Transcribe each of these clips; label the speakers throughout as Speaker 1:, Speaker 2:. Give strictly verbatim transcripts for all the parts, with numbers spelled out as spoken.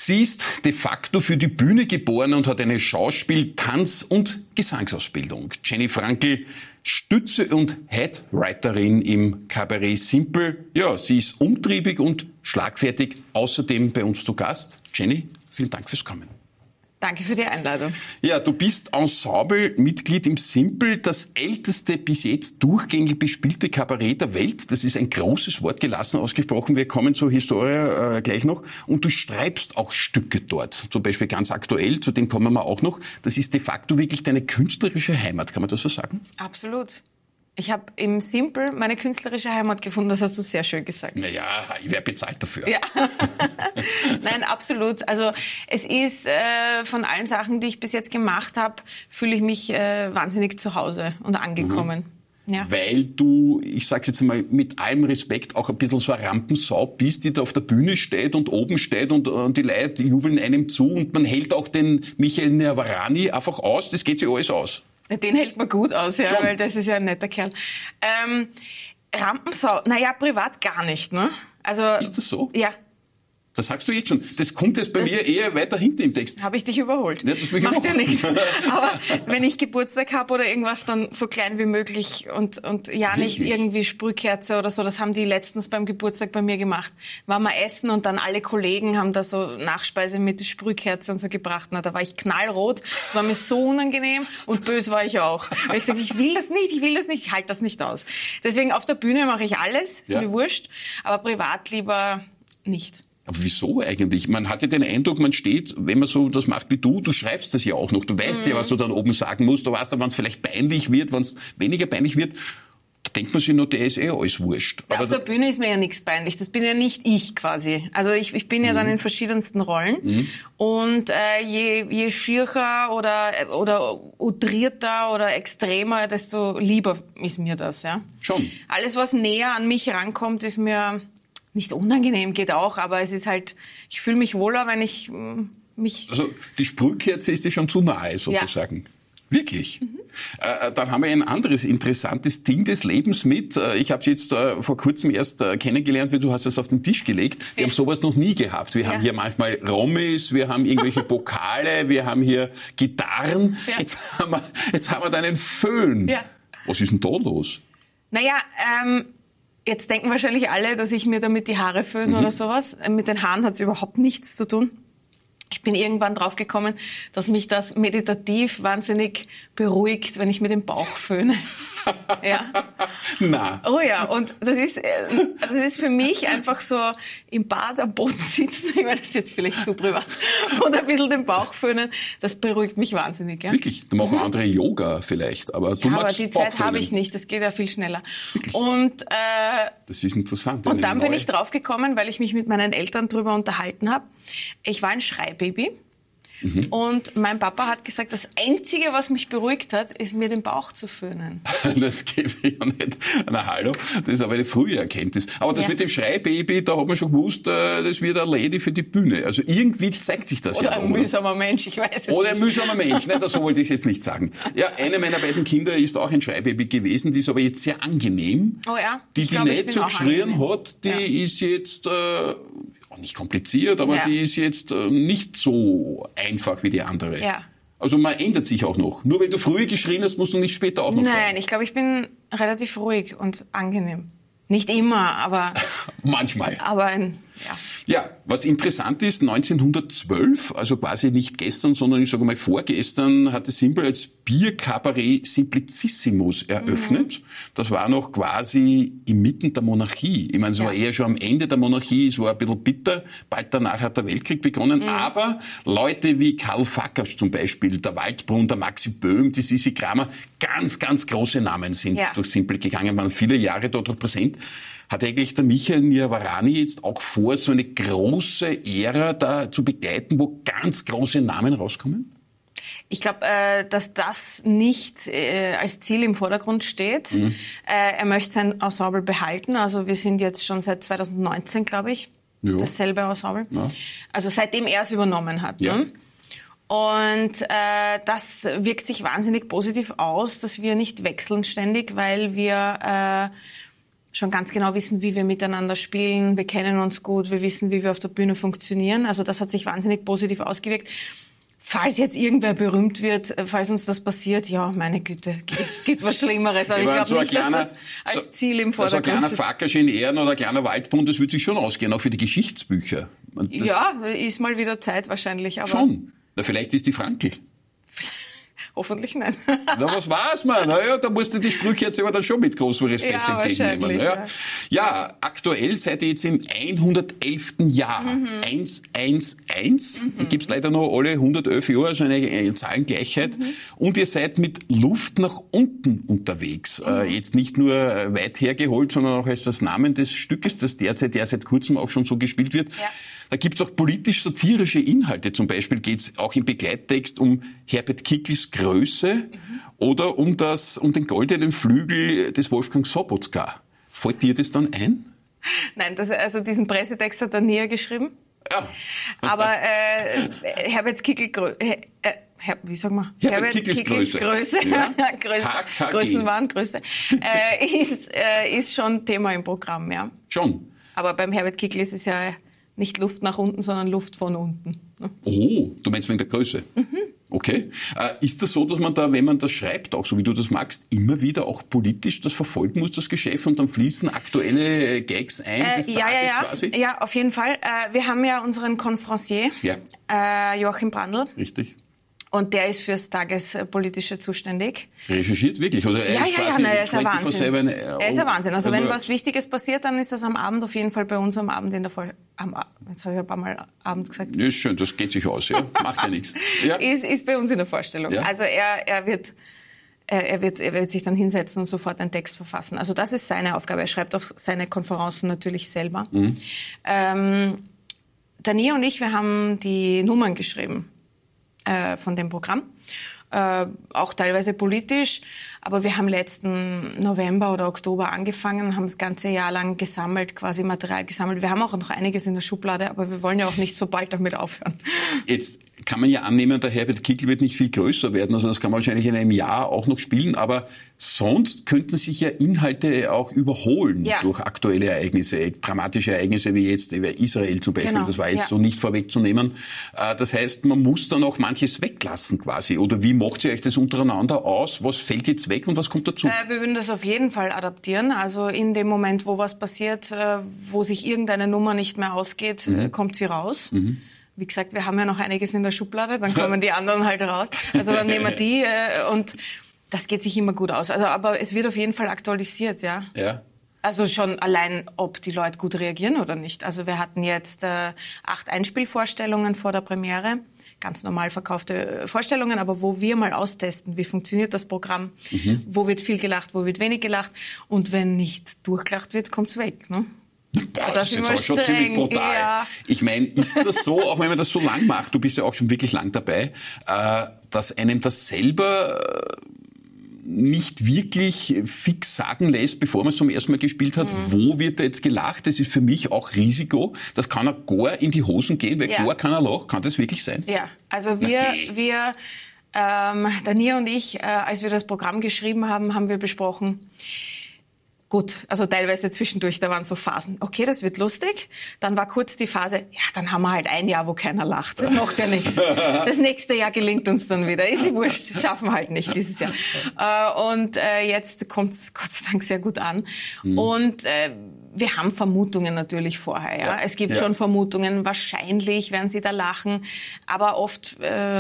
Speaker 1: Sie ist de facto für die Bühne geboren und hat eine Schauspiel-, Tanz- und Gesangsausbildung. Jenny Frankel, Stütze und Headwriterin im Kabarett Simpel. Ja, sie ist umtriebig und schlagfertig. Außerdem bei uns zu Gast. Jenny, vielen Dank fürs Kommen.
Speaker 2: Danke für die Einladung.
Speaker 1: Ja, du bist Ensemble-Mitglied im Simpel, das älteste bis jetzt durchgängig bespielte Kabarett der Welt. Das ist ein großes Wort, gelassen ausgesprochen. Wir kommen zur Historie äh, gleich noch. Und du schreibst auch Stücke dort. Zum Beispiel ganz aktuell, zu dem kommen wir auch noch. Das ist de facto wirklich deine künstlerische Heimat, kann man das so sagen?
Speaker 2: Absolut. Ich habe im Simpel meine künstlerische Heimat gefunden, das hast du sehr schön gesagt.
Speaker 1: Naja, ich werde bezahlt dafür.
Speaker 2: Ja. Nein, absolut. Also es ist äh, von allen Sachen, die ich bis jetzt gemacht habe, fühle ich mich äh, wahnsinnig zu Hause und angekommen. Mhm. Ja.
Speaker 1: Weil du, ich sag's jetzt mal mit allem Respekt, auch ein bisschen so eine Rampensau bist, die da auf der Bühne steht und oben steht und, und die Leute jubeln einem zu und man hält auch den Michael Nyavarani einfach aus, das geht sich alles aus.
Speaker 2: Den hält man gut aus, ja, weil das ist ja ein netter Kerl. Ähm, Rampensau, naja, privat gar nicht, ne? Also,
Speaker 1: ist das so?
Speaker 2: Ja.
Speaker 1: Das sagst du jetzt schon. Das kommt jetzt bei
Speaker 2: das
Speaker 1: mir eher weiter hinten im Text.
Speaker 2: Habe ich dich überholt.
Speaker 1: Ja, das mich
Speaker 2: Macht ja nichts. Aber wenn ich Geburtstag habe oder irgendwas, dann so klein wie möglich und, und ja nicht
Speaker 1: Wirklich?
Speaker 2: irgendwie Sprühkerze oder so. Das haben die letztens beim Geburtstag bei mir gemacht. War mal essen und dann alle Kollegen haben da so Nachspeise mit Sprühkerze und so gebracht. Na, da war ich knallrot. Das war mir so unangenehm und böse war ich auch. Weil ich sage, ich will das nicht, ich will das nicht, ich halte das nicht aus. Deswegen auf der Bühne mache ich alles, ist
Speaker 1: Ja.
Speaker 2: mir wurscht, aber privat lieber nicht.
Speaker 1: Aber wieso eigentlich? Man hatte den Eindruck, man steht, wenn man so das macht wie du, du schreibst das ja auch noch. Du weißt mhm. ja, was du dann oben sagen musst. Du weißt dann, wenn es vielleicht peinlich wird, wenn es weniger peinlich wird, da denkt man sich nur, der ist eh alles wurscht.
Speaker 2: Ja,
Speaker 1: aber
Speaker 2: auf der Bühne ist mir ja nichts peinlich. Das bin ja nicht ich quasi. Also ich, ich bin ja mhm. dann in verschiedensten Rollen. Mhm. Und äh, je, je schiercher oder, oder outrierter oder extremer, desto lieber ist mir das. Ja.
Speaker 1: Schon.
Speaker 2: Alles, was näher an mich rankommt, ist mir nicht unangenehm, geht auch. Aber es ist halt, ich fühle mich wohler, wenn ich äh, mich...
Speaker 1: Also die Sprühkerze ist dir schon zu nahe sozusagen. Ja. Wirklich? Mhm. Äh, dann haben wir ein anderes interessantes Ding des Lebens mit. Äh, ich habe es jetzt äh, vor kurzem erst äh, kennengelernt, weil du hast es auf den Tisch gelegt. Wir ja. haben sowas noch nie gehabt. Wir ja. haben hier manchmal Rommis, wir haben irgendwelche Pokale, wir haben hier Gitarren. Ja. Jetzt, haben wir, jetzt haben wir da einen Föhn. Ja. Was ist denn da los?
Speaker 2: Naja, ähm... Jetzt denken wahrscheinlich alle, dass ich mir damit die Haare föhne mhm. oder sowas. Mit den Haaren hat es überhaupt nichts zu tun. Ich bin irgendwann draufgekommen, dass mich das meditativ wahnsinnig beruhigt, wenn ich mir den Bauch föhne. Ja.
Speaker 1: Na.
Speaker 2: Oh ja, und das ist, also das ist für mich einfach so im Bad am Boden sitzen, ich meine, das ist jetzt vielleicht zu privat, und ein bisschen den Bauch föhnen, das beruhigt mich wahnsinnig. Ja.
Speaker 1: Wirklich? Da machen mhm. andere Yoga vielleicht, aber du
Speaker 2: ja,
Speaker 1: magst
Speaker 2: aber die Zeit habe ich nicht, das geht ja viel schneller.
Speaker 1: Wirklich?
Speaker 2: Und, äh,
Speaker 1: das ist interessant.
Speaker 2: Und dann bin ich draufgekommen, weil ich mich mit meinen Eltern drüber unterhalten habe. Ich war ein Schreibaby. Mhm. Und mein Papa hat gesagt, das Einzige, was mich beruhigt hat, ist mir den Bauch zu föhnen.
Speaker 1: Das gebe ich ja nicht. Na hallo, das ist aber eine frühe Erkenntnis. Aber das ja. mit dem Schreibaby, da hat man schon gewusst, das wird eine Lady für die Bühne. Also irgendwie zeigt sich das
Speaker 2: oder
Speaker 1: ja.
Speaker 2: Oder ein mühsamer Mensch, ich weiß es
Speaker 1: oder
Speaker 2: nicht.
Speaker 1: Oder ein mühsamer Mensch, nein, so wollte ich es jetzt nicht sagen. Ja, eine meiner beiden Kinder ist auch ein Schreibaby gewesen, die ist aber jetzt sehr angenehm.
Speaker 2: Oh ja?
Speaker 1: Die,
Speaker 2: ich
Speaker 1: die
Speaker 2: glaub,
Speaker 1: nicht so geschrien hat, die ja. ist jetzt... Äh, nicht kompliziert, aber ja. die ist jetzt äh, nicht so einfach wie die andere.
Speaker 2: Ja.
Speaker 1: Also man ändert sich auch noch. Nur weil du früher geschrien hast, musst du nicht später auch noch schreien.
Speaker 2: Nein, ich glaube, ich bin relativ ruhig und angenehm. Nicht immer, aber...
Speaker 1: Manchmal.
Speaker 2: Aber ein... Ja.
Speaker 1: Ja, was interessant ist, neunzehnhundertzwölf, also quasi nicht gestern, sondern ich sage mal vorgestern, hat das Simpel als Bierkabarett Simplicissimus eröffnet. Mhm. Das war noch quasi inmitten der Monarchie. Ich meine, es ja. war eher schon am Ende der Monarchie, es war ein bisschen bitter. Bald danach hat der Weltkrieg begonnen. Mhm. Aber Leute wie Karl Fakers zum Beispiel, der Waldbrunn, der Maxi Böhm, die Sissi Kramer, ganz, ganz große Namen sind ja. durch Simpel gegangen, waren viele Jahre dort auch präsent. Hat eigentlich der Michael Nyavarani jetzt auch vor, so eine große Ära da zu begleiten, wo ganz große Namen rauskommen?
Speaker 2: Ich glaube, äh, dass das nicht äh, als Ziel im Vordergrund steht. Mhm. Äh, er möchte sein Ensemble behalten. Also wir sind jetzt schon seit zweitausendneunzehn, glaube ich, ja. dasselbe Ensemble. Ja. Also seitdem er es übernommen hat.
Speaker 1: Ja.
Speaker 2: Ne? Und äh, das wirkt sich wahnsinnig positiv aus, dass wir nicht wechseln ständig, weil wir... Äh, schon ganz genau wissen, wie wir miteinander spielen. Wir kennen uns gut, wir wissen, wie wir auf der Bühne funktionieren. Also das hat sich wahnsinnig positiv ausgewirkt. Falls jetzt irgendwer berühmt wird, falls uns das passiert, ja, meine Güte, es gibt was Schlimmeres. Aber ich, ich glaube so nicht, kleiner, dass das als Ziel im Vordergrund
Speaker 1: steht. So ein kleiner Fackersch in Ehren oder ein kleiner Waldbund, das würde sich schon ausgehen, auch für die Geschichtsbücher.
Speaker 2: Ja, ist mal wieder Zeit wahrscheinlich. Aber
Speaker 1: schon. Na, vielleicht ist die Frankl.
Speaker 2: Hoffentlich nein.
Speaker 1: Na, was war's, man? Naja, da musst du die Sprüche jetzt aber dann schon mit großem Respekt
Speaker 2: ja,
Speaker 1: entgegennehmen. Ja.
Speaker 2: Ja.
Speaker 1: ja, aktuell seid ihr jetzt im hundertelften Jahr. Mhm. eins eins eins. Mhm. Gibt's leider noch alle hundertelf Jahre, also eine, eine Zahlengleichheit. Mhm. Und ihr seid mit Luft nach unten unterwegs. Mhm. Äh, jetzt nicht nur weit hergeholt, sondern auch als das Namen des Stückes, das derzeit ja seit kurzem auch schon so gespielt wird. Ja. Da gibt's auch politisch-satirische Inhalte. Zum Beispiel geht's auch im Begleittext um Herbert Kickls Größe mhm. oder um das, um den goldenen Flügel des Wolfgang Sobotka. Fällt dir das dann ein?
Speaker 2: Nein, das, also diesen Pressetext hat er nie geschrieben.
Speaker 1: Ja.
Speaker 2: Aber äh, Herbert Kickl, äh, äh, Her, wie sagen wir?
Speaker 1: Herbert, Herbert Kickls, Kickls Größe.
Speaker 2: Größe. Ja. Größe. Größenwahngröße. äh, ist, äh, ist schon Thema im Programm, ja.
Speaker 1: Schon.
Speaker 2: Aber beim Herbert Kickl ist es ja nicht Luft nach unten, sondern Luft von unten.
Speaker 1: Oh, du meinst wegen der Größe? Mhm. Okay. Äh, ist das so, dass man da, wenn man das schreibt, auch so wie du das magst, immer wieder auch politisch das verfolgen muss, das Geschäft, und dann fließen aktuelle Gags ein
Speaker 2: äh,
Speaker 1: des
Speaker 2: ja,
Speaker 1: Tages
Speaker 2: ja, ja.
Speaker 1: quasi?
Speaker 2: Ja, auf jeden Fall. Äh, wir haben ja unseren Konferencier,
Speaker 1: ja.
Speaker 2: äh, Joachim Brandl.
Speaker 1: Richtig.
Speaker 2: Und der ist fürs Tagespolitische zuständig.
Speaker 1: Recherchiert wirklich? Also er
Speaker 2: ja,
Speaker 1: ist
Speaker 2: ja, ja, nein, er ist ein Wahnsinn.
Speaker 1: Eine,
Speaker 2: er ist ein Wahnsinn. Also wenn was Wichtiges passiert, dann ist das am Abend auf jeden Fall bei uns am Abend in der Voll... Am, jetzt habe ich ein paar Mal Abend gesagt.
Speaker 1: Ja, ist schön, das geht sich aus, ja. Macht ja nichts. Ja.
Speaker 2: Ist, ist bei uns in der Vorstellung. Ja. Also er, er wird... Er wird, er wird sich dann hinsetzen und sofort einen Text verfassen. Also das ist seine Aufgabe. Er schreibt auf seine Konferenzen natürlich selber. Mhm. Ähm, Dani und ich, wir haben die Nummern geschrieben äh, von dem Programm. Äh, auch teilweise politisch. Aber wir haben letzten November oder Oktober angefangen und haben das ganze Jahr lang gesammelt, quasi Material gesammelt. Wir haben auch noch einiges in der Schublade, aber wir wollen ja auch nicht so bald damit aufhören.
Speaker 1: Jetzt kann man ja annehmen, der Herbert Kickl wird nicht viel größer werden, also das kann man wahrscheinlich in einem Jahr auch noch spielen, aber sonst könnten sich ja Inhalte auch überholen ja. durch aktuelle Ereignisse, dramatische Ereignisse wie jetzt Israel zum Beispiel, genau. das war jetzt ja. so nicht vorwegzunehmen. Das heißt, man muss dann auch manches weglassen quasi, oder wie macht ihr euch das untereinander aus? Was fällt jetzt weg und was kommt dazu?
Speaker 2: Äh, wir würden das auf jeden Fall adaptieren, also in dem Moment, wo was passiert, äh, wo sich irgendeine Nummer nicht mehr ausgeht, mhm. äh, kommt sie raus. Mhm. Wie gesagt, wir haben ja noch einiges in der Schublade, dann kommen die anderen halt raus. Also dann nehmen wir die äh, und das geht sich immer gut aus. Also, aber es wird auf jeden Fall aktualisiert, ja.
Speaker 1: Ja.
Speaker 2: Also schon allein, ob die Leute gut reagieren oder nicht. Also wir hatten jetzt äh, acht Einspielvorstellungen vor der Premiere, ganz normal verkaufte Vorstellungen, aber wo wir mal austesten, wie funktioniert das Programm, mhm. wo wird viel gelacht, wo wird wenig gelacht, und wenn nicht durchgelacht wird, kommt's weg, ne?
Speaker 1: Boah, das ist jetzt aber schon ziemlich brutal. Ja. Ich meine, ist das so, auch wenn man das so lang macht, du bist ja auch schon wirklich lang dabei, äh, dass einem das selber äh, nicht wirklich fix sagen lässt, bevor man es zum ersten Mal gespielt hat, mhm. wo wird da jetzt gelacht? Das ist für mich auch Risiko. Das kann ja gar in die Hosen gehen, weil ja. gar keiner lacht. Kann das wirklich sein?
Speaker 2: Ja, also wir, okay. wir ähm, Dani und ich, äh, als wir das Programm geschrieben haben, haben wir besprochen, gut, also teilweise zwischendurch, da waren so Phasen, okay, das wird lustig. Dann war kurz die Phase, ja, dann haben wir halt ein Jahr, wo keiner lacht. Das macht ja nichts. Das nächste Jahr gelingt uns dann wieder. Ist ja wurscht, das schaffen wir halt nicht dieses Jahr. Und jetzt kommt es Gott sei Dank sehr gut an. Mhm. Und wir haben Vermutungen natürlich vorher. Ja, ja. Es gibt ja. schon Vermutungen, wahrscheinlich werden sie da lachen, aber oft,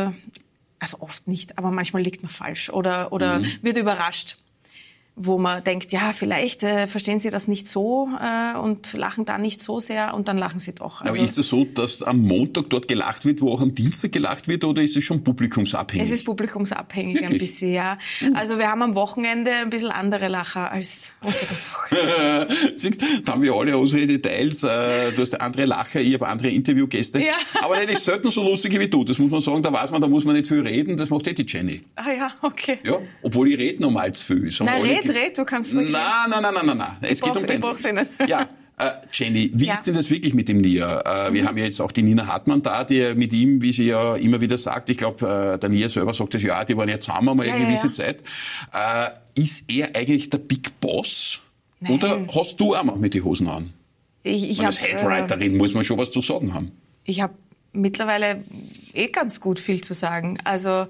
Speaker 2: also oft nicht, aber manchmal liegt man falsch oder, oder mhm. wird überrascht, wo man denkt, ja, vielleicht äh, verstehen Sie das nicht so äh, und lachen da nicht so sehr, und dann lachen sie doch.
Speaker 1: Also, aber ist es so, dass am Montag dort gelacht wird, wo auch am Dienstag gelacht wird, oder ist es schon publikumsabhängig?
Speaker 2: Es ist publikumsabhängig. Wirklich? Ein bisschen, ja.
Speaker 1: Mhm.
Speaker 2: Also wir haben am Wochenende ein bisschen andere Lacher als unter der
Speaker 1: Woche. Siehst, da haben wir alle unsere Details. Du hast andere Lacher, ich habe andere Interviewgäste.
Speaker 2: Ja.
Speaker 1: Aber nicht selten so lustige wie du. Das muss man sagen, da weiß man, da muss man nicht viel reden. Das macht eh die Jenny.
Speaker 2: Ah ja, okay.
Speaker 1: Ja, obwohl ich rede normal zu viel.
Speaker 2: So Nein, red, red, du kannst wirklich.
Speaker 1: Nein, nein, nein, nein, nein. Es geht um den.
Speaker 2: Ich brauch's nicht.
Speaker 1: Ja. Äh, Jenny, wie ja. ist denn das wirklich mit dem Nia? Äh, mhm. Wir haben ja jetzt auch die Nina Hartmann da, die mit ihm, wie sie ja immer wieder sagt, ich glaube, äh, der Nia selber sagt das, ja, die waren ja zusammen mal ja, eine gewisse ja, ja. Zeit. Äh, ist er eigentlich der Big Boss?
Speaker 2: Nein.
Speaker 1: Oder hast du auch manchmal die Hosen an?
Speaker 2: Ich, ich
Speaker 1: Und als
Speaker 2: hab,
Speaker 1: Headwriterin äh, muss man schon was zu sagen haben.
Speaker 2: Ich habe mittlerweile eh ganz gut viel zu sagen. Also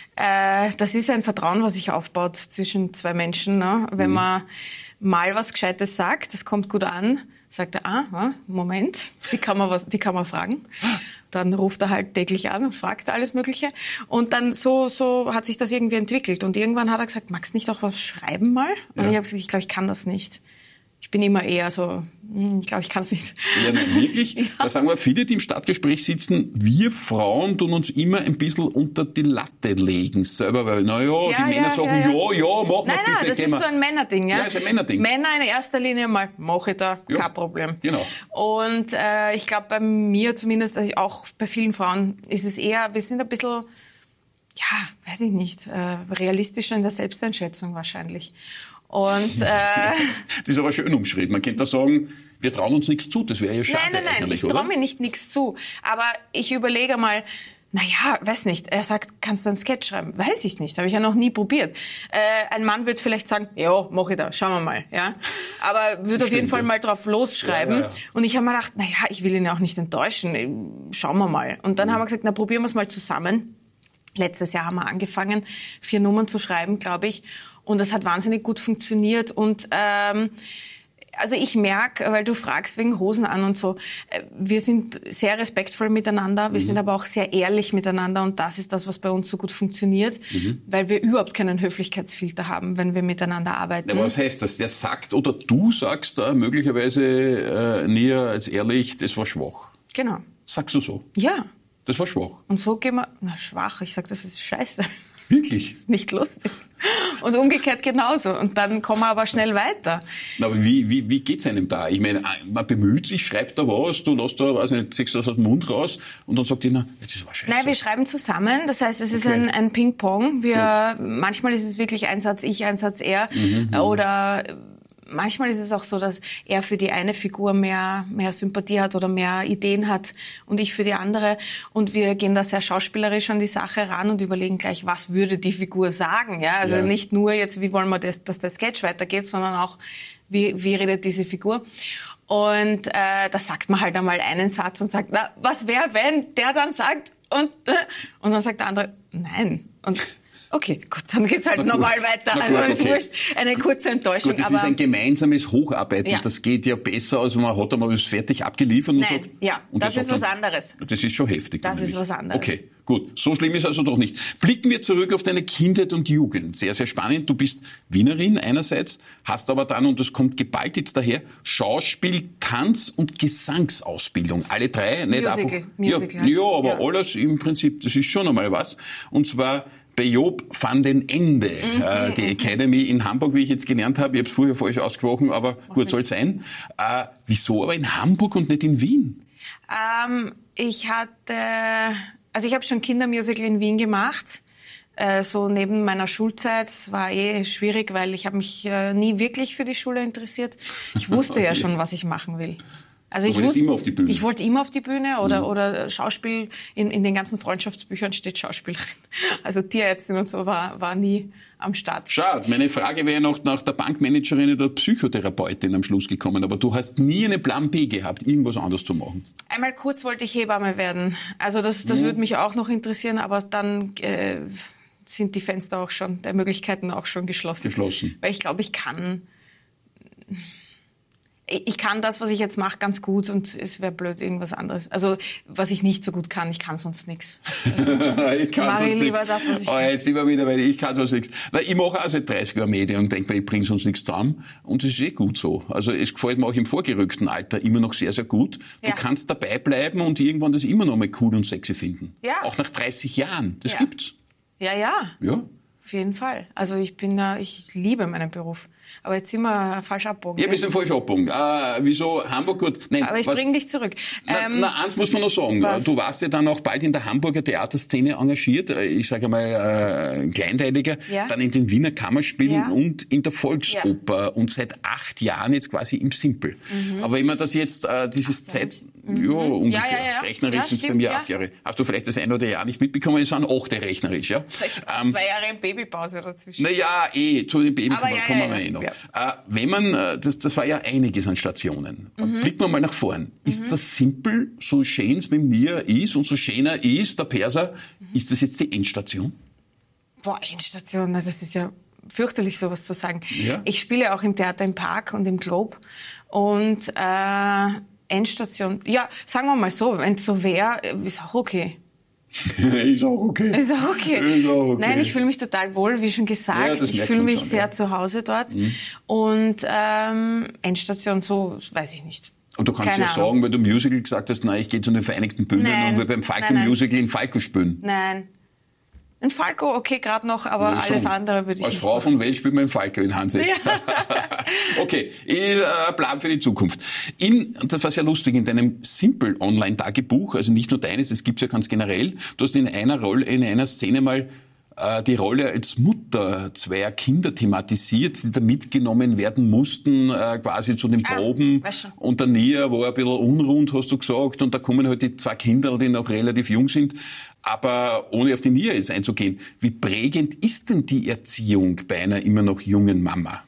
Speaker 2: äh, das ist ein Vertrauen, was sich aufbaut zwischen zwei Menschen. Ne? Wenn mhm. man mal was Gescheites sagt, das kommt gut an, sagt er, ah, Moment, die kann man was, die kann man fragen. Dann ruft er halt täglich an und fragt alles Mögliche. Und dann so, so hat sich das irgendwie entwickelt. Und irgendwann hat er gesagt, magst du nicht auch was schreiben mal? Und ja. ich habe gesagt, ich glaube, ich kann das nicht. Ich bin immer eher so, ich glaube, ich kann es nicht.
Speaker 1: Ja, nein, wirklich? Ja. Da sagen wir viele, die im Stadtgespräch sitzen, wir Frauen tun uns immer ein bisschen unter die Latte legen selber, weil, na ja,
Speaker 2: ja
Speaker 1: die
Speaker 2: ja,
Speaker 1: Männer sagen,
Speaker 2: ja,
Speaker 1: ja,
Speaker 2: ja,
Speaker 1: ja, mach mal
Speaker 2: nein,
Speaker 1: bitte.
Speaker 2: Nein, das ist so ein Männerding, ja?
Speaker 1: Ja, ist ein Männerding.
Speaker 2: Männer in erster Linie mal, mach ich da, ja. kein Problem.
Speaker 1: Genau.
Speaker 2: Und äh, ich glaube, bei mir zumindest, also auch bei vielen Frauen, ist es eher, wir sind ein bisschen, ja, weiß ich nicht, äh, realistischer in der Selbsteinschätzung wahrscheinlich. Und, äh,
Speaker 1: das ist aber schön umschrieben. Man könnte da sagen, wir trauen uns nichts zu. Das wäre ja schade.
Speaker 2: Nein, nein, nein, ich traue mir nicht nichts zu. Aber ich überlege mal, naja, weiß nicht. Er sagt, kannst du einen Sketch schreiben? Weiß ich nicht. Habe ich ja noch nie probiert. Äh, ein Mann wird vielleicht sagen, ja, mach ich da, schauen wir mal. Ja, aber würde auf jeden Fall mal drauf losschreiben. Ja, ja, ja. Und ich habe mir gedacht, naja, ich will ihn ja auch nicht enttäuschen. Schauen wir mal. Und dann mhm. haben wir gesagt, na, probieren wir es mal zusammen. Letztes Jahr haben wir angefangen, vier Nummern zu schreiben, glaube ich. Und das hat wahnsinnig gut funktioniert. Und ähm, also ich merke, weil du fragst wegen Hosen an und so, wir sind sehr respektvoll miteinander, wir mhm. sind aber auch sehr ehrlich miteinander. Und das ist das, was bei uns so gut funktioniert, mhm. weil wir überhaupt keinen Höflichkeitsfilter haben, wenn wir miteinander arbeiten.
Speaker 1: Ja, was heißt das? Der sagt oder du sagst äh, möglicherweise äh, näher als ehrlich, das war schwach.
Speaker 2: Genau.
Speaker 1: Sagst du so?
Speaker 2: Ja.
Speaker 1: Das war schwach.
Speaker 2: Und so gehen wir, na schwach, ich sag, das ist scheiße.
Speaker 1: Wirklich?
Speaker 2: Das ist nicht lustig. Und umgekehrt genauso. Und dann kommen wir aber schnell weiter.
Speaker 1: Aber wie, wie, wie geht's einem da? Ich meine, man bemüht sich, schreibt da was, du lässt da, weiß nicht, ziehst das aus dem Mund raus und dann sagt die, na, das ist aber scheiße.
Speaker 2: Nein, wir schreiben zusammen. Das heißt, es ist
Speaker 1: Okay.
Speaker 2: ein, ein Ping-Pong. Wir, manchmal ist es wirklich ein Satz ich, ein Satz er.
Speaker 1: Mhm,
Speaker 2: oder manchmal ist es auch so, dass er für die eine Figur mehr, mehr Sympathie hat oder mehr Ideen hat und ich für die andere. Und wir gehen da sehr schauspielerisch an die Sache ran und überlegen gleich, was würde die Figur sagen. Ja, also
Speaker 1: Ja.
Speaker 2: nicht nur jetzt, wie wollen wir, das, dass der Sketch weitergeht, sondern auch, wie, wie redet diese Figur. Und äh, da sagt man halt einmal einen Satz und sagt, na, was wäre, wenn der dann sagt und äh, und dann sagt der andere, nein. Und okay, gut, dann geht's halt normal weiter.
Speaker 1: Na
Speaker 2: also
Speaker 1: gut,
Speaker 2: ist
Speaker 1: okay.
Speaker 2: wurscht, eine kurze Enttäuschung.
Speaker 1: Gut, das
Speaker 2: aber
Speaker 1: ist ein gemeinsames Hocharbeiten.
Speaker 2: Ja.
Speaker 1: Das geht ja besser, als wenn man hat einmal was fertig abgeliefert und
Speaker 2: Nein,
Speaker 1: sagt.
Speaker 2: ja,
Speaker 1: und
Speaker 2: das
Speaker 1: der
Speaker 2: ist
Speaker 1: sagt
Speaker 2: was
Speaker 1: dann,
Speaker 2: anderes.
Speaker 1: Das ist schon heftig.
Speaker 2: Das ist was anderes.
Speaker 1: Okay, gut. So schlimm ist also doch nicht. Blicken wir zurück auf deine Kindheit und Jugend. Sehr, sehr spannend. Du bist Wienerin einerseits, hast aber dann, und das kommt geballt jetzt daher, Schauspiel, Tanz und Gesangsausbildung. Alle drei. Nicht
Speaker 2: Musical,
Speaker 1: einfach,
Speaker 2: Musical.
Speaker 1: ja, ja, aber
Speaker 2: Ja.
Speaker 1: alles im Prinzip, das ist schon einmal was. Und zwar bei Job van den Ende,
Speaker 2: Mhm.
Speaker 1: äh, die Academy in Hamburg, wie ich jetzt gelernt habe. Ich habe es vorher falsch ausgesprochen, aber
Speaker 2: Mach
Speaker 1: gut, soll es sein. Äh, wieso aber in Hamburg und nicht in Wien?
Speaker 2: Ähm, ich hatte, also ich habe schon Kindermusical in Wien gemacht, äh, so neben meiner Schulzeit. Es war eh schwierig, weil ich habe mich äh, nie wirklich für die Schule interessiert. Ich wusste ja schon, was ich machen will. Also
Speaker 1: Du
Speaker 2: ich
Speaker 1: wolltest
Speaker 2: wusste,
Speaker 1: immer auf die Bühne.
Speaker 2: Ich wollte immer auf die Bühne oder,
Speaker 1: Mhm.
Speaker 2: oder Schauspiel. In, in den ganzen Freundschaftsbüchern steht Schauspielerin. Also Tierärztin und so war, war nie am Start.
Speaker 1: Schade. Meine Frage wäre noch nach der Bankmanagerin oder Psychotherapeutin am Schluss gekommen, aber du hast nie einen Plan B gehabt, irgendwas anderes zu machen.
Speaker 2: Einmal kurz wollte ich Hebamme werden. Also das, das
Speaker 1: Mhm.
Speaker 2: würde mich auch noch interessieren, aber dann äh, sind die Fenster auch schon, der Möglichkeiten auch schon geschlossen.
Speaker 1: Geschlossen.
Speaker 2: Weil ich glaube, ich kann... Ich kann das, was ich jetzt mache, ganz gut und es wäre blöd, irgendwas anderes. Also, was ich nicht so gut kann, ich kann sonst nichts. Also,
Speaker 1: ich kann
Speaker 2: mache ich
Speaker 1: sonst
Speaker 2: lieber
Speaker 1: nichts.
Speaker 2: das, was ich
Speaker 1: Oh,
Speaker 2: kann.
Speaker 1: jetzt immer wieder, weil ich kann sonst nichts. Na, ich mache auch seit dreißig Jahren Medien und denke mir, ich bringe sonst nichts zusammen. Und es ist eh gut so. Also, es gefällt mir auch im vorgerückten Alter immer noch sehr, sehr gut. Du
Speaker 2: Ja.
Speaker 1: kannst dabei bleiben und irgendwann das immer noch mal cool und sexy finden.
Speaker 2: Ja.
Speaker 1: Auch nach dreißig Jahren. Das
Speaker 2: Ja.
Speaker 1: gibt's.
Speaker 2: Ja, ja,
Speaker 1: Ja.
Speaker 2: auf jeden Fall. Also ich bin da, ich liebe meinen Beruf. Aber jetzt sind wir falsch abbogen.
Speaker 1: Ja, wir sind falsch abgebogen. Äh, wieso Hamburg gut? Nein,
Speaker 2: Aber ich
Speaker 1: was,
Speaker 2: bringe dich zurück.
Speaker 1: Na,
Speaker 2: Ähm,
Speaker 1: na, eins muss man noch sagen.
Speaker 2: was?
Speaker 1: Du warst ja dann auch bald in der Hamburger Theaterszene engagiert. Ich sage mal äh, kleinteiliger.
Speaker 2: Ja.
Speaker 1: Dann in den Wiener Kammerspielen
Speaker 2: Ja.
Speaker 1: und in der Volksoper. Und seit acht Jahren jetzt quasi im Simpel. Aber wenn man das jetzt, äh, dieses Zeit... Ja, ungefähr.
Speaker 2: Ja, ja, ja.
Speaker 1: Rechnerisch
Speaker 2: Ja,
Speaker 1: sind es bei
Speaker 2: stimmt,
Speaker 1: mir
Speaker 2: ja.
Speaker 1: acht Jahre. Hast du vielleicht das ein oder Jahr nicht mitbekommen? Es sind acht rechnerisch, ja.
Speaker 2: ich hab zwei Jahre in Babypause dazwischen.
Speaker 1: Naja, eh, zu den Babys
Speaker 2: Aber
Speaker 1: kommen,
Speaker 2: ja,
Speaker 1: kommen
Speaker 2: ja,
Speaker 1: wir
Speaker 2: ja.
Speaker 1: eh Genau.
Speaker 2: Ja.
Speaker 1: Äh, wenn man, äh, das, das war ja einiges an Stationen. Mhm. Blicken wir mal nach vorn. Ist mhm. das Simpel, so schön es mit mir ist und so schöner ist der Perser, mhm. ist das jetzt die Endstation?
Speaker 2: Boah, Endstation, das ist ja fürchterlich, sowas zu sagen.
Speaker 1: Ja.
Speaker 2: Ich spiele auch im Theater im Park und im Globe. Und äh, Endstation, ja, sagen wir mal so, wenn es so wäre, ist auch okay.
Speaker 1: Ist auch okay.
Speaker 2: Ist auch okay.
Speaker 1: Ist auch okay.
Speaker 2: Nein, ich fühle mich total wohl, wie schon gesagt. Ja, ich fühle mich schon, sehr ja. zu Hause dort. Mhm. Und ähm, Endstation, so weiß ich nicht.
Speaker 1: Und du kannst
Speaker 2: Keine
Speaker 1: ja
Speaker 2: Ahnung.
Speaker 1: sagen, weil du Musical gesagt hast, nein, ich gehe zu den Vereinigten Bühnen
Speaker 2: nein.
Speaker 1: und will beim Falco
Speaker 2: nein, nein.
Speaker 1: Musical in Falco spielen.
Speaker 2: Nein. Ein Falco, okay, gerade noch, aber ja, alles andere würde ich
Speaker 1: Als
Speaker 2: nicht
Speaker 1: Frau
Speaker 2: machen.
Speaker 1: von Welt spielt man im Falco in Hansee. Ja. Okay, ich, äh, Plan für die Zukunft. In, das war sehr lustig, in deinem Simple-Online-Tagebuch, also nicht nur deines, das gibt's ja ganz generell, du hast in einer Rolle, in einer Szene mal äh, die Rolle als Mutter zweier Kinder thematisiert, die da mitgenommen werden mussten, äh, quasi zu den Proben.
Speaker 2: Ah,
Speaker 1: und der Nia war ein bisschen unrund, hast du gesagt, und da kommen halt die zwei Kinder, die noch relativ jung sind. Aber ohne auf die Nia jetzt einzugehen, wie prägend ist denn die Erziehung bei einer immer noch jungen Mama?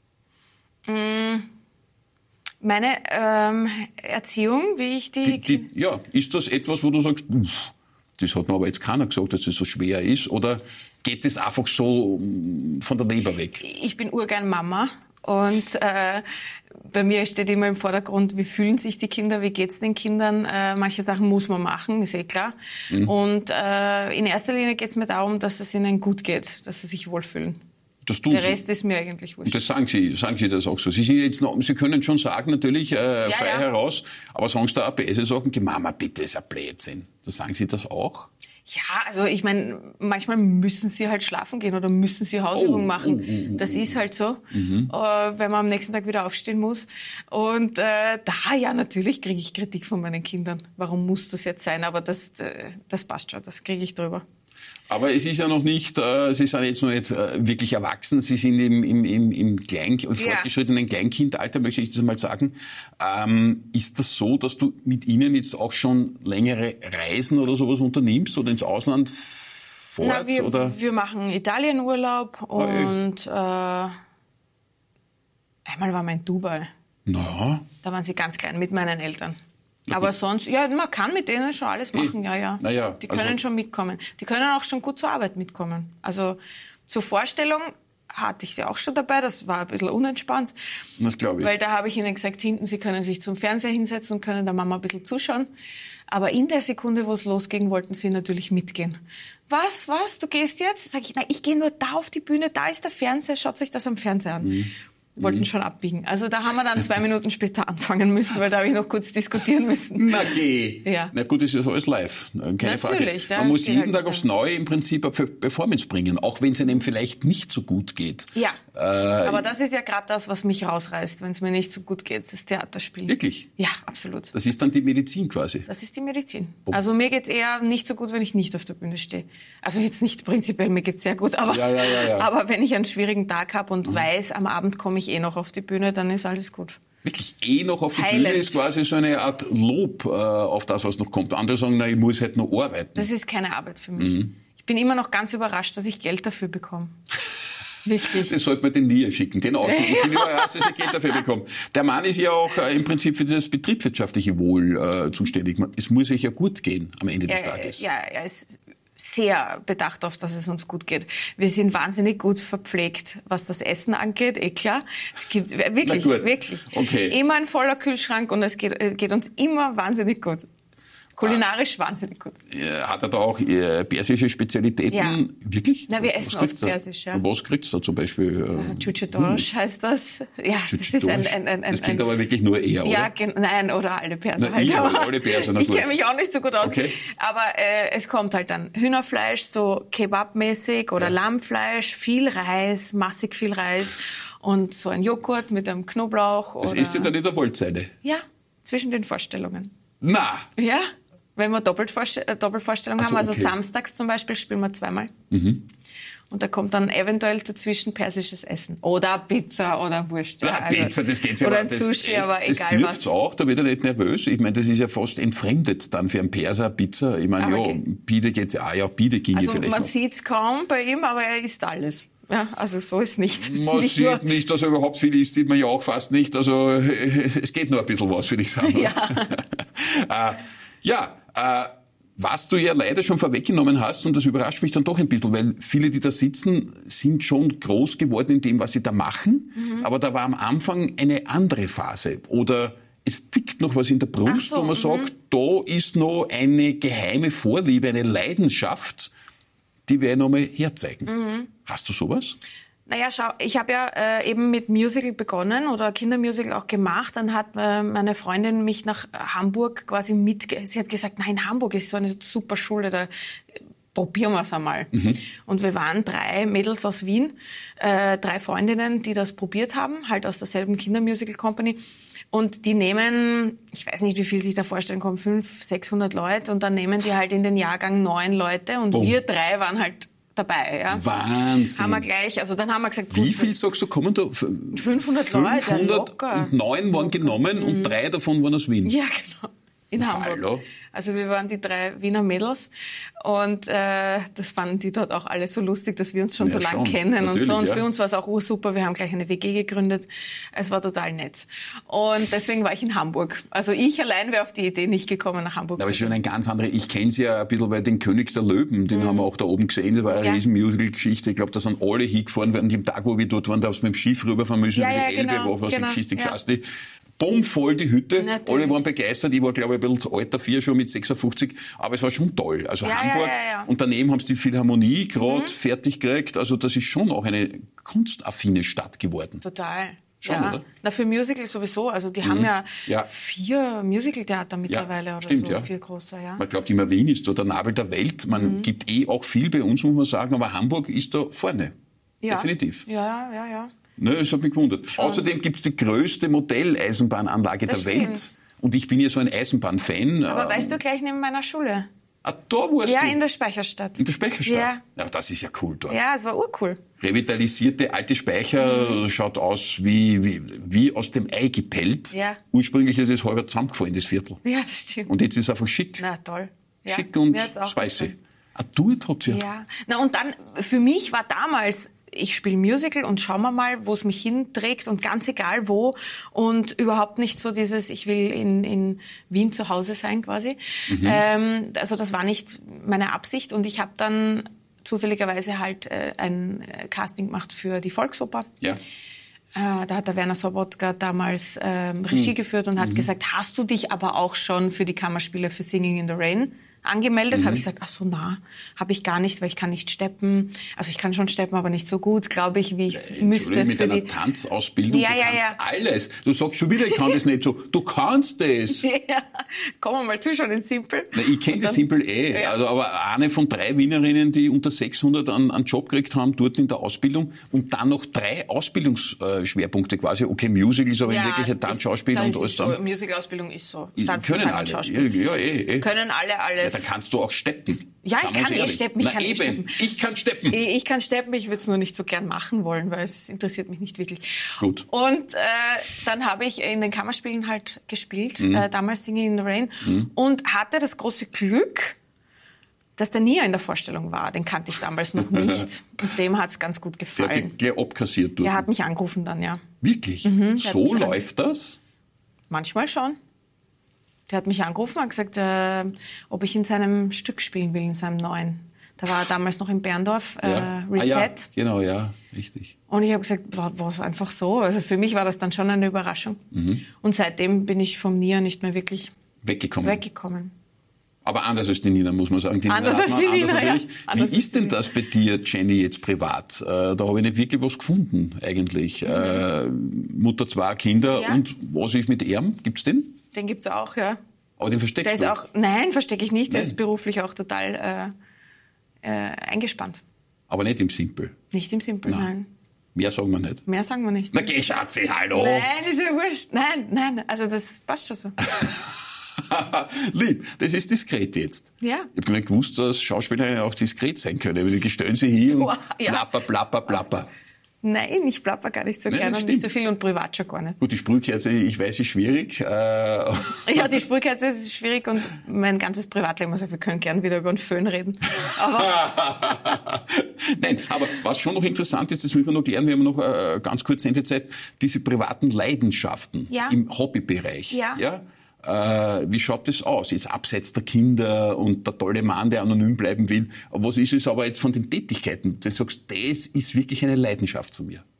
Speaker 2: Meine ähm, Erziehung, wie ich die...
Speaker 1: die, die ja, ist das etwas, wo du sagst, uff, das hat mir aber jetzt keiner gesagt, dass es so schwer ist? Oder geht es einfach so von der Leber weg?
Speaker 2: Ich bin urgern Mama. Und äh, bei mir steht immer im Vordergrund, wie fühlen sich die Kinder, wie geht's den Kindern. Äh, manche Sachen muss man machen, ist eh klar. Mhm. Und äh, in erster Linie geht's mir darum, dass es ihnen gut geht, dass sie sich wohlfühlen.
Speaker 1: Das tun
Speaker 2: Der
Speaker 1: Sie.
Speaker 2: Rest ist mir eigentlich wurscht.
Speaker 1: Und das sagen Sie, sagen Sie das auch so. Sie sind jetzt noch, Sie können schon sagen, natürlich, äh,
Speaker 2: ja,
Speaker 1: frei
Speaker 2: ja.
Speaker 1: heraus, aber sagen Sie da auch böse Sachen, die Mama, bitte, ist ein Blödsinn. Das sagen Sie das auch?
Speaker 2: Ja, also ich meine, manchmal müssen sie halt schlafen gehen oder müssen sie Hausübungen
Speaker 1: oh,
Speaker 2: machen.
Speaker 1: Oh, oh,
Speaker 2: das ist halt so,
Speaker 1: mhm.
Speaker 2: äh, wenn man am nächsten Tag wieder aufstehen muss. Und äh, da, ja, natürlich kriege ich Kritik von meinen Kindern. Warum muss das jetzt sein? Aber das, äh, das passt schon, das kriege ich drüber.
Speaker 1: Aber es ist ja noch nicht, äh, Sie sind jetzt noch nicht äh, wirklich erwachsen, Sie sind im, im, im, im Klein- und
Speaker 2: Ja.
Speaker 1: fortgeschrittenen Kleinkindalter, möchte ich das mal sagen. Ähm, ist das so, dass du mit ihnen jetzt auch schon längere Reisen oder sowas unternimmst oder ins Ausland fort?
Speaker 2: Na, wir,
Speaker 1: oder?
Speaker 2: wir machen Italienurlaub und äh, einmal waren wir in Dubai.
Speaker 1: Na,
Speaker 2: Da waren sie ganz klein mit meinen Eltern. Aber sonst, ja, man kann mit denen schon alles machen, ja, ja.
Speaker 1: Na ja,
Speaker 2: die können
Speaker 1: also
Speaker 2: schon mitkommen. Die können auch schon gut zur Arbeit mitkommen. Also zur Vorstellung hatte ich sie auch schon dabei, das war ein bisschen unentspannt.
Speaker 1: Das glaube ich.
Speaker 2: Weil da habe ich ihnen gesagt, hinten, sie können sich zum Fernseher hinsetzen und können der Mama ein bisschen zuschauen. Aber in der Sekunde, wo es losging, wollten sie natürlich mitgehen. Was, was, du gehst jetzt? Sag ich, nein, ich gehe nur da auf die Bühne, da ist der Fernseher, schaut euch das am Fernseher an. Mhm. Wollten schon abbiegen. Also da haben wir dann zwei Minuten später anfangen müssen, weil da habe ich noch kurz diskutieren müssen.
Speaker 1: Na geh!
Speaker 2: Ja.
Speaker 1: Na gut, das ist ja alles live, keine
Speaker 2: Natürlich,
Speaker 1: Frage.
Speaker 2: ja,
Speaker 1: Man muss
Speaker 2: steht
Speaker 1: jeden
Speaker 2: halt
Speaker 1: Tag aufs Neue im Prinzip eine Performance bringen, auch wenn es einem vielleicht nicht so gut geht.
Speaker 2: Ja,
Speaker 1: äh,
Speaker 2: aber das ist ja gerade das, was mich rausreißt, wenn es mir nicht so gut geht, das Theaterspielen.
Speaker 1: Wirklich?
Speaker 2: Ja, absolut.
Speaker 1: Das ist dann die Medizin quasi.
Speaker 2: Das ist die Medizin. Also mir geht's eher nicht so gut, wenn ich nicht auf der Bühne stehe. Also jetzt nicht prinzipiell, mir geht's sehr gut, aber,
Speaker 1: ja, ja, ja, ja.
Speaker 2: aber wenn ich einen schwierigen Tag habe und mhm. weiß, am Abend komme ich eh noch auf die Bühne, dann ist alles gut.
Speaker 1: Wirklich, eh noch auf die
Speaker 2: Heilend.
Speaker 1: Bühne ist quasi so eine Art Lob äh, auf das, was noch kommt. Andere sagen, na, ich muss halt noch arbeiten.
Speaker 2: Das ist keine Arbeit für mich. Mhm. Ich bin immer noch ganz überrascht, dass ich Geld dafür bekomme. Wirklich.
Speaker 1: Das sollte man den Nia schicken, den Ausschnitt. Ich bin überrascht, dass ich Geld dafür bekomme. Der Mann ist ja auch äh, im Prinzip für das betriebswirtschaftliche Wohl äh, zuständig. Es muss euch ja gut gehen am Ende des
Speaker 2: ja,
Speaker 1: Tages.
Speaker 2: Ja, er ist sehr bedacht auf, dass es uns gut geht. Wir sind wahnsinnig gut verpflegt, was das Essen angeht, eh klar. Es gibt wirklich, wirklich
Speaker 1: okay.
Speaker 2: immer ein voller Kühlschrank und es geht, es geht uns immer wahnsinnig gut. Kulinarisch ah. wahnsinnig gut.
Speaker 1: Hat er da auch äh, persische Spezialitäten?
Speaker 2: Ja.
Speaker 1: Wirklich?
Speaker 2: Na, wir essen oft persisch, ja.
Speaker 1: Was kriegt's da zum Beispiel?
Speaker 2: Äh, Chuchetosh hm. heißt das. Ja, das ist ein, ein, ein, ein
Speaker 1: Das klingt aber wirklich nur er, oder?
Speaker 2: Ja, gen- nein, oder alle Perser.
Speaker 1: Na,
Speaker 2: halt.
Speaker 1: ich, aber alle Perser, na
Speaker 2: ich
Speaker 1: gut.
Speaker 2: kenne mich auch nicht so gut aus.
Speaker 1: Okay.
Speaker 2: Aber äh, es kommt halt dann Hühnerfleisch, so Kebab-mäßig oder
Speaker 1: ja.
Speaker 2: Lammfleisch, viel Reis, massig viel Reis und so ein Joghurt mit einem Knoblauch.
Speaker 1: Das
Speaker 2: oder
Speaker 1: isst ihr dann in der Wollzeile?
Speaker 2: Ja, zwischen den Vorstellungen.
Speaker 1: Na!
Speaker 2: Ja, wenn wir Doppelvorstell- äh, Doppelvorstellungen
Speaker 1: Ach so,
Speaker 2: haben, also
Speaker 1: okay.
Speaker 2: samstags zum Beispiel spielen wir zweimal.
Speaker 1: Mhm.
Speaker 2: Und da kommt dann eventuell dazwischen persisches Essen. Oder Pizza oder Wurst.
Speaker 1: Ja,
Speaker 2: Ja, also,
Speaker 1: Pizza, das geht's ja
Speaker 2: Oder
Speaker 1: aber-
Speaker 2: ein
Speaker 1: das,
Speaker 2: Sushi,
Speaker 1: das,
Speaker 2: aber
Speaker 1: das
Speaker 2: egal
Speaker 1: dürft's
Speaker 2: was.
Speaker 1: auch, da wird er nicht nervös. Ich meine, das ist ja fast entfremdet dann für einen Perser Pizza. Ich meine,
Speaker 2: Aber
Speaker 1: ja,
Speaker 2: okay.
Speaker 1: Pide geht's, ah ja, Pide ginge
Speaker 2: Also
Speaker 1: vielleicht
Speaker 2: man
Speaker 1: noch.
Speaker 2: sieht's kaum bei ihm, aber er isst alles. Ja, also so ist nicht.
Speaker 1: Man
Speaker 2: nicht
Speaker 1: sieht
Speaker 2: nur
Speaker 1: nicht, dass er überhaupt viel isst, sieht man ja auch fast nicht. Also es geht nur ein bisschen was, würde ich sagen.
Speaker 2: Ja,
Speaker 1: äh, ja äh, was du ja leider schon vorweggenommen hast, und das überrascht mich dann doch ein bisschen, weil viele, die da sitzen, sind schon groß geworden in dem, was sie da machen. Mhm. Aber da war am Anfang eine andere Phase. Oder es tickt noch was in der Brust, so, wo man m-hmm. sagt, da ist noch eine geheime Vorliebe, eine Leidenschaft, die wir noch mal herzeigen. Mhm. Hast du sowas?
Speaker 2: Naja, schau, ich habe ja äh, eben mit Musical begonnen oder Kindermusical auch gemacht. Dann hat äh, meine Freundin mich nach Hamburg quasi mitge... Sie hat gesagt, nein, Hamburg ist so eine super Schule, da probieren wir es einmal. Mhm. Und wir waren drei Mädels aus Wien, äh, drei Freundinnen, die das probiert haben, halt aus derselben Kindermusical Company. Und die nehmen, ich weiß nicht, wie viel sich da vorstellen kommen, fünf, sechshundert Leute. Und dann nehmen die halt in den Jahrgang neun Leute. Und Boom. wir drei waren halt dabei. Ja.
Speaker 1: Wahnsinn.
Speaker 2: Haben wir gleich, also dann haben wir gesagt...
Speaker 1: Wie viel, sagst du, kommen da?
Speaker 2: fünfhundert Leute, locker.
Speaker 1: Und neun waren genommen mhm. und drei davon waren aus Wien.
Speaker 2: Ja, genau. In Hamburg.
Speaker 1: Hallo.
Speaker 2: Also wir waren die drei Wiener Mädels und äh, das fanden die dort auch alle so lustig, dass wir uns schon ja, so lange kennen und so. Und ja. für uns war es auch ursuper. Wir haben gleich eine W G gegründet. Es war total nett. Und deswegen war ich in Hamburg. Also ich allein wäre auf die Idee nicht gekommen, nach Hamburg
Speaker 1: aber
Speaker 2: zu gehen.
Speaker 1: Aber es ist schon ein ganz anderer. Ich kenne sie ja ein bisschen, weil den König der Löwen, den mhm. haben wir auch da oben gesehen. Das war eine ja. riesen Musical-Geschichte. Ich glaube, da sind alle hingefahren. An dem Tag, wo wir dort waren, da hast du mit dem Schiff rüberfahren müssen.
Speaker 2: Ja,
Speaker 1: über die
Speaker 2: ja,
Speaker 1: Elbe,
Speaker 2: genau,
Speaker 1: wo was
Speaker 2: genau,
Speaker 1: die Geschichte
Speaker 2: ja.
Speaker 1: geschafft ist. Bumm, voll die Hütte.
Speaker 2: Natürlich.
Speaker 1: Alle waren begeistert. Ich war, glaube ich, ein bisschen alter vier schon mit sechsundfünfzig. Aber es war schon toll. Also
Speaker 2: ja,
Speaker 1: Hamburg.
Speaker 2: Ja, ja, ja.
Speaker 1: Und daneben haben sie die Philharmonie gerade
Speaker 2: mhm.
Speaker 1: fertig gekriegt. Also das ist schon auch eine kunstaffine Stadt geworden.
Speaker 2: Total.
Speaker 1: Schon,
Speaker 2: ja.
Speaker 1: oder?
Speaker 2: Na, für Musical sowieso. Also die mhm. haben ja, ja vier Musical-Theater mittlerweile ja, oder
Speaker 1: stimmt,
Speaker 2: so.
Speaker 1: Ja.
Speaker 2: Viel größer, ja.
Speaker 1: Man glaubt immer, Wien ist so der Nabel der Welt. Man mhm. gibt eh auch viel bei uns, muss man sagen. Aber Hamburg ist da vorne.
Speaker 2: Ja.
Speaker 1: Definitiv.
Speaker 2: Ja, ja, ja.
Speaker 1: Ne, das hat mich gewundert. Schon. Außerdem gibt es die größte Modelleisenbahnanlage das der stimmt. Welt. Und ich bin ja so ein Eisenbahnfan.
Speaker 2: Aber
Speaker 1: ähm,
Speaker 2: weißt du, gleich neben meiner Schule.
Speaker 1: Ah, da warst
Speaker 2: ja,
Speaker 1: du?
Speaker 2: Ja, in der Speicherstadt.
Speaker 1: In der Speicherstadt?
Speaker 2: Ja.
Speaker 1: Ja, das ist ja cool dort.
Speaker 2: Ja, es war urcool.
Speaker 1: Revitalisierte alte Speicher, mhm. schaut aus wie, wie, wie aus dem Ei gepellt.
Speaker 2: Ja.
Speaker 1: Ursprünglich ist es halber zusammengefallen, das Viertel.
Speaker 2: Ja, das stimmt.
Speaker 1: Und jetzt ist es einfach schick.
Speaker 2: Na, toll. Ja.
Speaker 1: Schick und spicy. Ah, dort habt ihr?
Speaker 2: Ja. Na, und dann, für mich war damals... Ich spiele Musical und schauen wir mal, wo es mich hinträgt und ganz egal wo und überhaupt nicht so dieses, ich will in, in Wien zu Hause sein quasi. Mhm. Ähm, also das war nicht meine Absicht und ich habe dann zufälligerweise halt äh, ein Casting gemacht für die Volksoper.
Speaker 1: Ja.
Speaker 2: Äh, da hat der Werner Sobotka damals ähm, Regie mhm. geführt und hat mhm. gesagt, hast du dich aber auch schon für die Kammerspiele für Singing in the Rain angemeldet, mhm. habe ich gesagt, ach so, na, habe ich gar nicht, weil ich kann nicht steppen. Also ich kann schon steppen, aber nicht so gut, glaube ich, wie ich es ja, müsste.
Speaker 1: Mit
Speaker 2: für
Speaker 1: einer
Speaker 2: die
Speaker 1: Tanzausbildung,
Speaker 2: ja,
Speaker 1: du
Speaker 2: ja,
Speaker 1: kannst
Speaker 2: ja.
Speaker 1: alles. Du sagst schon wieder, ich kann das nicht so. Du kannst das.
Speaker 2: Ja, komm mal zu, schon in Simpel.
Speaker 1: Na, ich kenne die Simpel eh, ja. also, aber eine von drei Wienerinnen, die unter sechshundert einen, einen Job gekriegt haben, dort in der Ausbildung und dann noch drei Ausbildungsschwerpunkte quasi. Okay, Musical ist aber
Speaker 2: ja,
Speaker 1: in wirklicher Tanzschauspiel und alles.
Speaker 2: So, Musical-Ausbildung ist so.
Speaker 1: Tanz, können alle. Ja, eh, eh.
Speaker 2: Können alle alles.
Speaker 1: Ja, da kannst du auch steppen.
Speaker 2: Ja, ich kann eh steppen. Ich
Speaker 1: Na
Speaker 2: kann
Speaker 1: eben,
Speaker 2: eh steppen.
Speaker 1: ich kann steppen.
Speaker 2: Ich, ich kann steppen, ich würde es nur nicht so gern machen wollen, weil es interessiert mich nicht wirklich.
Speaker 1: Gut.
Speaker 2: Und äh, dann habe ich in den Kammerspielen halt gespielt, mhm. äh, damals Singing in the Rain, mhm. und hatte das große Glück, dass der Nia in der Vorstellung war. Den kannte ich damals noch nicht. Und dem hat es ganz gut gefallen.
Speaker 1: Der hat gleich abkassiert.
Speaker 2: Der hat mich angerufen dann, ja.
Speaker 1: Wirklich?
Speaker 2: Mhm,
Speaker 1: so läuft das?
Speaker 2: Manchmal schon. Der hat mich angerufen und hat gesagt, äh, ob ich in seinem Stück spielen will, in seinem neuen. Da war er damals noch in Berndorf, äh,
Speaker 1: ja.
Speaker 2: Reset.
Speaker 1: Ah, ja. Genau, ja, richtig.
Speaker 2: Und ich habe gesagt, war es einfach so. Also für mich war das dann schon eine Überraschung. Mhm. Und seitdem bin ich vom Nia nicht mehr wirklich
Speaker 1: weggekommen.
Speaker 2: weggekommen.
Speaker 1: Aber anders als die Nina, muss man sagen. Die
Speaker 2: anders als die Nina, ja.
Speaker 1: Wie ist denn das bei dir, Jenny, jetzt privat? Äh, da habe ich nicht wirklich was gefunden, eigentlich. Mhm. Äh, Mutter, zwei Kinder. Ja. Und was ist mit ihm? Gibt's den?
Speaker 2: Den gibt's auch, ja.
Speaker 1: Aber den versteckst
Speaker 2: der
Speaker 1: du?
Speaker 2: Ist auch, nein, verstecke ich nicht. Der
Speaker 1: nein.
Speaker 2: ist beruflich auch total äh, äh, eingespannt.
Speaker 1: Aber nicht im Simpel?
Speaker 2: Nicht im Simpel, nein. nein.
Speaker 1: Mehr sagen wir nicht?
Speaker 2: Mehr sagen wir nicht.
Speaker 1: Na geh, Schatzi, hallo!
Speaker 2: Nein, ist ja wurscht. Nein, nein, also das passt schon so.
Speaker 1: Lieb, das ist diskret jetzt.
Speaker 2: Ja.
Speaker 1: Ich habe nicht gewusst, dass Schauspielerinnen auch diskret sein können. Aber die stellen sie hier und
Speaker 2: ja.
Speaker 1: plapper, plapper, plapper.
Speaker 2: Nein, ich plapper gar nicht so
Speaker 1: Nein,
Speaker 2: gerne und
Speaker 1: stimmt.
Speaker 2: nicht so viel und privat schon gar nicht.
Speaker 1: Gut, die Sprühkerze, ich weiß, ist schwierig. Äh,
Speaker 2: Ja, die Sprühkerze ist schwierig und mein ganzes Privatleben, also wir können gern wieder über den Föhn reden. Aber
Speaker 1: Nein, aber was schon noch interessant ist, das müssen wir noch klären, wir haben noch äh, ganz kurz Sendezeit, diese privaten Leidenschaften
Speaker 2: Ja.
Speaker 1: im Hobbybereich.
Speaker 2: Ja.
Speaker 1: Ja? Äh, wie schaut das aus? Jetzt abseits der Kinder und der tolle Mann, der anonym bleiben will. Aber was ist es aber jetzt von den Tätigkeiten? Du sagst, das ist wirklich eine Leidenschaft von mir.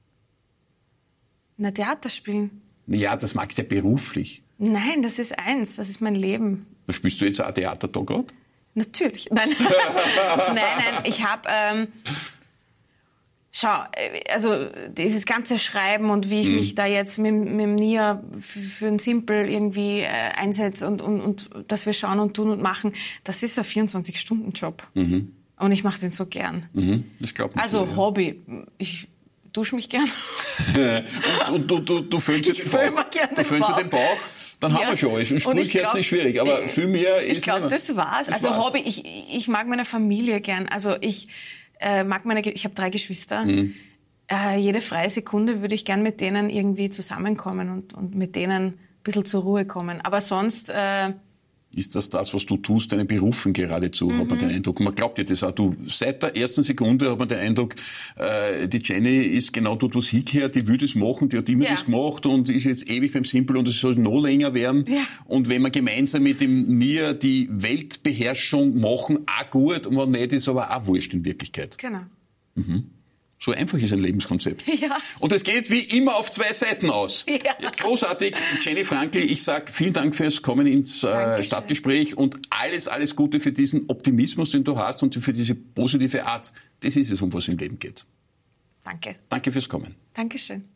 Speaker 2: na, Theater spielen.
Speaker 1: Ja, das magst du ja beruflich.
Speaker 2: Nein, das ist eins, das ist mein Leben.
Speaker 1: Spielst du jetzt auch Theater da gerade?
Speaker 2: Natürlich. Nein, nein, nein, ich habe... Ähm, Schau, also dieses ganze Schreiben und wie ich mhm. mich da jetzt mit, mit dem Nia für, für ein Simple irgendwie äh, einsetze und, und, und dass wir schauen und tun und machen, das ist ein vierundzwanzig-Stunden-Job. Mhm. Und ich mache den so gern.
Speaker 1: Mhm. Das glaub ich
Speaker 2: also
Speaker 1: so, ja.
Speaker 2: Hobby. Ich dusche mich gern.
Speaker 1: und, und du, du, du füllst dir den Bauch. Du füllst dir den Bauch. Dann ja. haben wir schon alles. Und Sprühkerzen ist schwierig, aber viel mehr ist
Speaker 2: Ich glaube, das war's.
Speaker 1: Das
Speaker 2: also
Speaker 1: war's.
Speaker 2: Hobby, ich, ich mag meine Familie gern. Also ich äh, mag meine, ich habe drei Geschwister. Mhm. Äh, jede freie Sekunde würde ich gern mit denen irgendwie zusammenkommen und, und mit denen ein bisschen zur Ruhe kommen. Aber sonst... Äh,
Speaker 1: ist das das, was du tust, deine Berufung geradezu, mhm. hat man den Eindruck. Man glaubt dir das auch. Du, seit der ersten Sekunde hat man den Eindruck, äh, die Jenny ist genau dort, was hingehört, die will das machen, die hat immer
Speaker 2: ja.
Speaker 1: das gemacht und ist jetzt ewig beim Simple und es soll noch länger werden.
Speaker 2: Ja.
Speaker 1: Und wenn wir gemeinsam mit dem Nia die Weltbeherrschung machen, auch gut, und wenn nicht, ist aber auch wurscht in Wirklichkeit.
Speaker 2: Genau.
Speaker 1: Mhm. So einfach ist ein Lebenskonzept.
Speaker 2: Ja.
Speaker 1: Und es geht wie immer auf zwei Seiten aus.
Speaker 2: Ja.
Speaker 1: Ja, großartig. Jenny Frankl, ich sag vielen Dank fürs Kommen ins äh, Stadtgespräch und alles, alles Gute für diesen Optimismus, den du hast und für diese positive Art. Das ist es, um was im Leben geht.
Speaker 2: Danke.
Speaker 1: Danke fürs Kommen.
Speaker 2: Dankeschön.